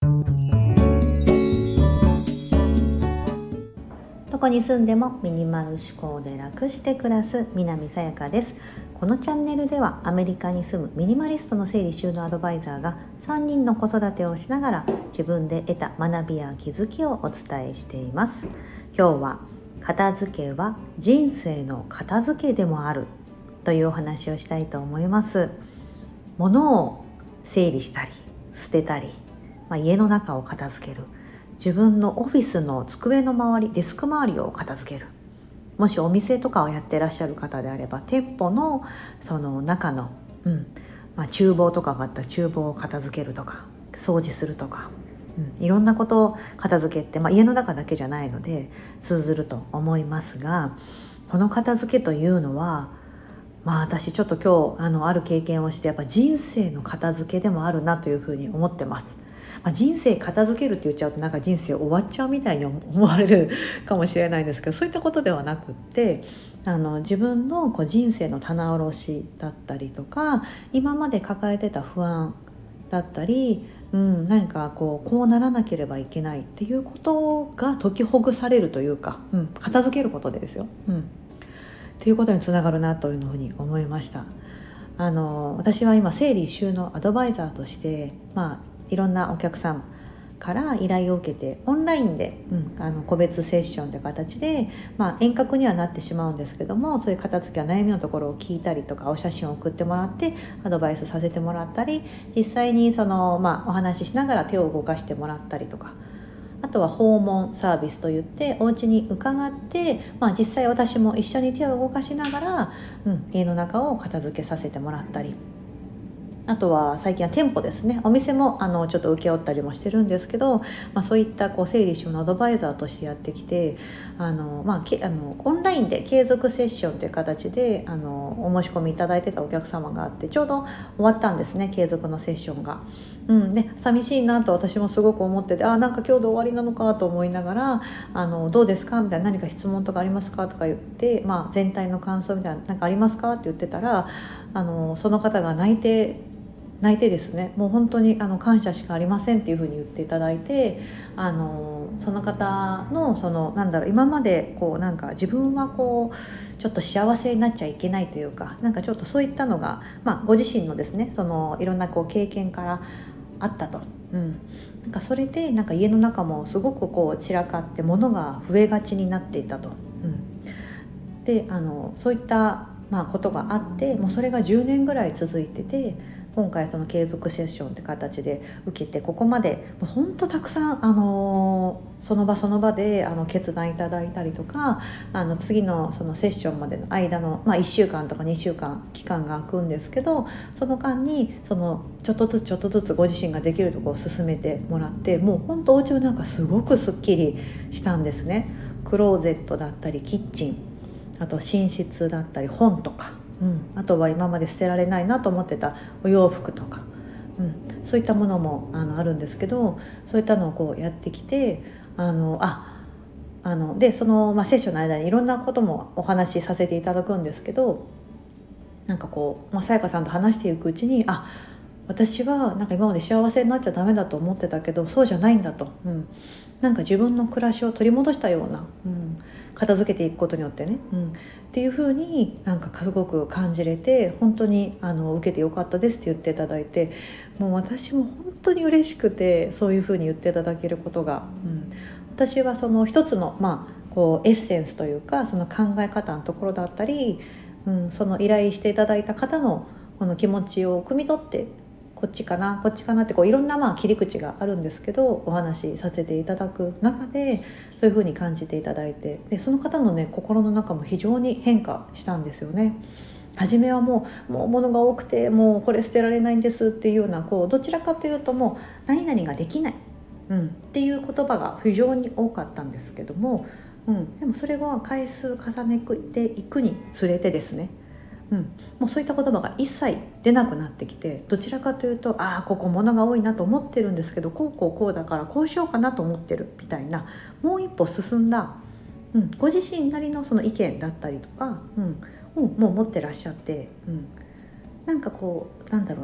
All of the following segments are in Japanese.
どこに住んでもミニマル思考で楽して暮らす南さやかです。このチャンネルではアメリカに住むミニマリストの整理収納アドバイザーが3人の子育てをしながら自分で得た学びや気づきをお伝えしています。今日は片付けは人生の片付けでもあるというお話をしたいと思います。物を整理したり捨てたり、家の中を片付ける、自分のオフィスの机の周り、デスク周りを片付ける、もしお店とかをやってらっしゃる方であれば店舗のその中の、厨房とかがあったら厨房を片付けるとか掃除するとか、いろんなことを片付けって、家の中だけじゃないので通ずると思いますが、この片付けというのは私ちょっと今日ある経験をして、やっぱ人生の片付けでもあるなというふうに思ってます。人生片付けるって言っちゃうとなんか人生終わっちゃうみたいに思われるかもしれないんですけど、そういったことではなくって、自分の人生の棚卸しだったりとか、今まで抱えてた不安だったり、何かこうならなければいけないっていうことが解きほぐされるというか、片付けることでですよ、っていうことにつながるなというふうに思いました。私は今整理収納アドバイザーとして、いろんなお客さんから依頼を受けてオンラインで、個別セッションという形で、遠隔にはなってしまうんですけども、そういう片付けや悩みのところを聞いたりとか、お写真を送ってもらってアドバイスさせてもらったり、実際にお話ししながら手を動かしてもらったりとか、あとは訪問サービスといってお家に伺って、実際私も一緒に手を動かしながら、家の中を片付けさせてもらったり、あとは最近は店舗ですね、お店もちょっと請け負ったりもしてるんですけど、そういった整理収納アドバイザーとしてやってきて、オンラインで継続セッションという形でお申し込みいただいてたお客様があって、ちょうど終わったんですね、継続のセッションが。で寂しいなと私もすごく思ってて、なんか今日で終わりなのかと思いながら、どうですかみたいな、何か質問とかありますかとか言って、全体の感想みたいな、何かありますかって言ってたら、その方が泣いてですね、もう本当に感謝しかありませんっていうふうに言っていただいて、その方の今まで自分はちょっと幸せになっちゃいけないというか、ちょっとそういったのが、ご自身のですね、いろんな経験からあったと、それで家の中もすごく散らかって物が増えがちになっていたと、でそういったことがあって、もうそれが10年ぐらい続いてて、今回その継続セッションって形で受けて、ここまで本当たくさん、その場で決断いただいたりとか、次のそのセッションまでの間の、1週間とか2週間期間が空くんですけど、その間にちょっとずつご自身ができるところを進めてもらって、もう本当お家はすごくすっきりしたんですね。クローゼットだったりキッチン、あと寝室だったり本とか、あとは今まで捨てられないなと思ってたお洋服とか、そういったものもあるんですけど、そういったのをやってきて、でその、セッションの間にいろんなこともお話しさせていただくんですけど、さやかさんと話していくうちに、私は今まで幸せになっちゃダメだと思ってたけど、そうじゃないんだと、自分の暮らしを取り戻したような、片付けていくことによってね、っていう風にすごく感じれて、本当に受けてよかったですって言っていただいて、もう私も本当に嬉しくて、そういう風に言っていただけることが、私はその一つのエッセンスというか、その考え方のところだったり、その依頼していただいた方のこの気持ちを汲み取って、こっちかなっていろんな切り口があるんですけど、お話しさせていただく中でそういう風に感じていただいて、でその方の心の中も非常に変化したんですよね。初めはもう物が多くて、もうこれ捨てられないんですっていうような、どちらかというともう何々ができない、っていう言葉が非常に多かったんですけども、でもそれは回数重ねていくにつれてですね、もうそういった言葉が一切出なくなってきて、どちらかというと、ここ物が多いなと思ってるんですけど、こうだからこうしようかなと思ってるみたいな、もう一歩進んだ、ご自身なりのその意見だったりとか、もう持ってらっしゃって、なんだろうな、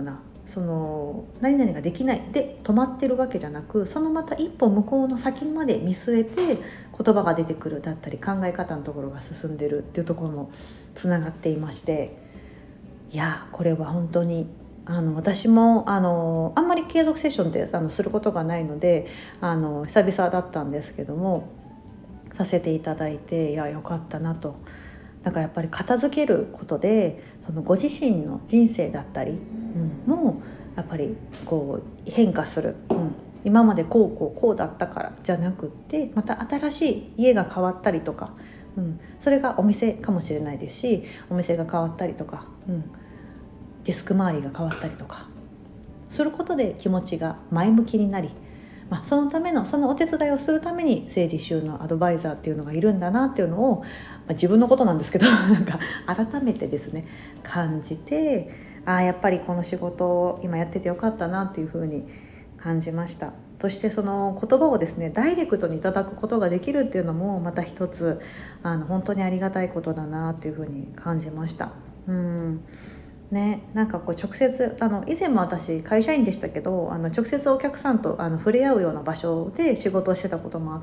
その何々ができないで止まってるわけじゃなく、そのまた一歩向こうの先まで見据えて言葉が出てくるだったり考え方のところが進んでるっていうところもつながっていまして、いやこれは本当に私もあんまり継続セッションってすることがないので久々だったんですけども、させていただいて、いやよかったなと。だからやっぱり片付けることでそのご自身の人生だったり、もやっぱりこう変化する、今までこうだったからじゃなくって、また新しい家が変わったりとか、それがお店かもしれないですし、お店が変わったりとか、デスク周りが変わったりとかすることで気持ちが前向きになり、そのためのそのお手伝いをするために整理収納アドバイザーっていうのがいるんだなっていうのを、自分のことなんですけどなんか改めてですね感じて、やっぱりこの仕事を今やっててよかったなっていうふうに感じました。そしてその言葉をですねダイレクトにいただくことができるっていうのもまた一つ本当にありがたいことだなっていうふうに感じました。なんかこう直接以前も私会社員でしたけど直接お客さんと触れ合うような場所で仕事をしてたこともあって、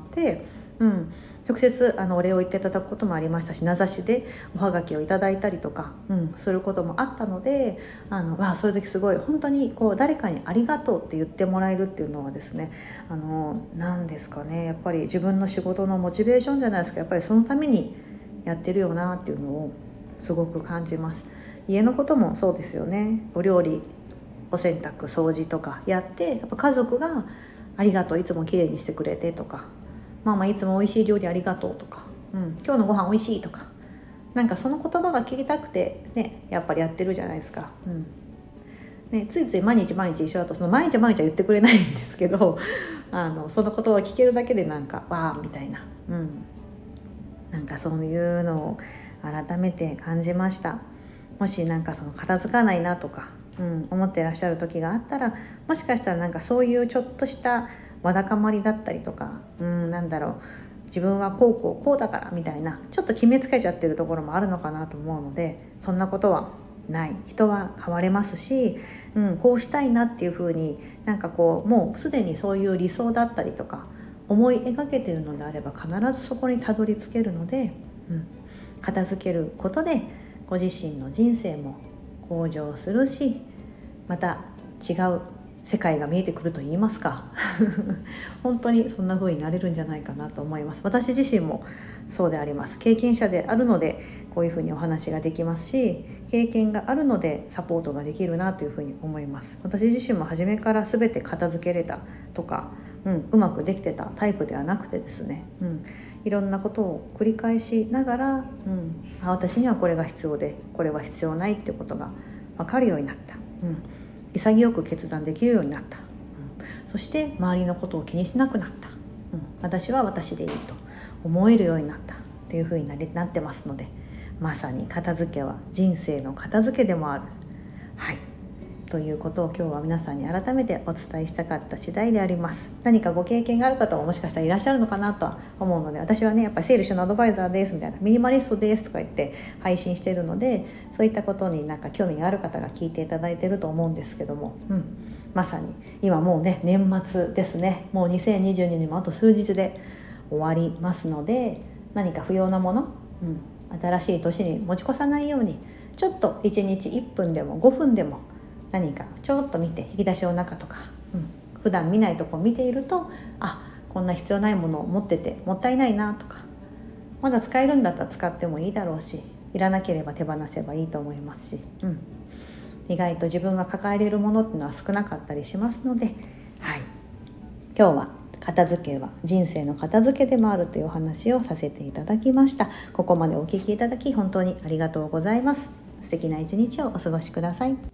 直接お礼を言っていただくこともありましたし、名指しでおはがきをいただいたりとか、することもあったのでそういう時すごい本当にこう誰かにありがとうって言ってもらえるっていうのはですね何ですかね、やっぱり自分の仕事のモチベーションじゃないですか、やっぱりそのためにやってるよなっていうのをすごく感じます。家のこともそうですよね。お料理、お洗濯、掃除とかやってやっぱ家族がありがとう、いつもきれいにしてくれてとか、いつも美味しい料理ありがとうとか、今日のご飯美味しいとか、なんかその言葉が聞きたくてねやっぱりやってるじゃないですか。ついつい毎日一緒だとその毎日は言ってくれないんですけどその言葉を聞けるだけでなんかわーみたいな、なんかそういうのを改めて感じました。もしなんかその片付かないなとか、思ってらっしゃる時があったら、もしかしたらなんかそういうちょっとしたわだかまりだったりとか、自分はこうだからみたいなちょっと決めつけちゃってるところもあるのかなと思うので、そんなことはない。人は変われますし、こうしたいなっていう風になんかこうもうすでにそういう理想だったりとか思い描けているのであれば必ずそこにたどり着けるので、片付けることでご自身の人生も向上するし、また違う世界が見えてくると言いますか本当にそんな風になれるんじゃないかなと思います。私自身もそうであります。経験者であるのでこういう風にお話ができますし、経験があるのでサポートができるなという風に思います。私自身も初めから全て片付けれたとか、うまくできてたタイプではなくてですね、いろんなことを繰り返しながら、私にはこれが必要でこれは必要ないってことが分かるようになった、潔く決断できるようになった、そして周りのことを気にしなくなった、私は私でいいと思えるようになったっていうふうになってますので、まさに片付けは人生の片付けでもある、ということを今日は皆さんに改めてお伝えしたかった次第であります。何かご経験がある方ももしかしたらいらっしゃるのかなとは思うので、私はねやっぱり整理収納アドバイザーですみたいな、ミニマリストですとか言って配信しているので、そういったことになんか興味がある方が聞いていただいていると思うんですけども、まさに今もうね年末ですね。もう2022年もあと数日で終わりますので、何か不要なもの、新しい年に持ち越さないようにちょっと1日1分でも5分でも何かちょっと見て、引き出しの中とか、普段見ないとこ見ていると、こんな必要ないものを持っててもったいないなとか、まだ使えるんだったら使ってもいいだろうし、いらなければ手放せばいいと思いますし、意外と自分が抱えれるものっていうのは少なかったりしますので、今日は片付けは人生の片付けでもあるというお話をさせていただきました。ここまでお聞きいただき本当にありがとうございます。素敵な一日をお過ごしください。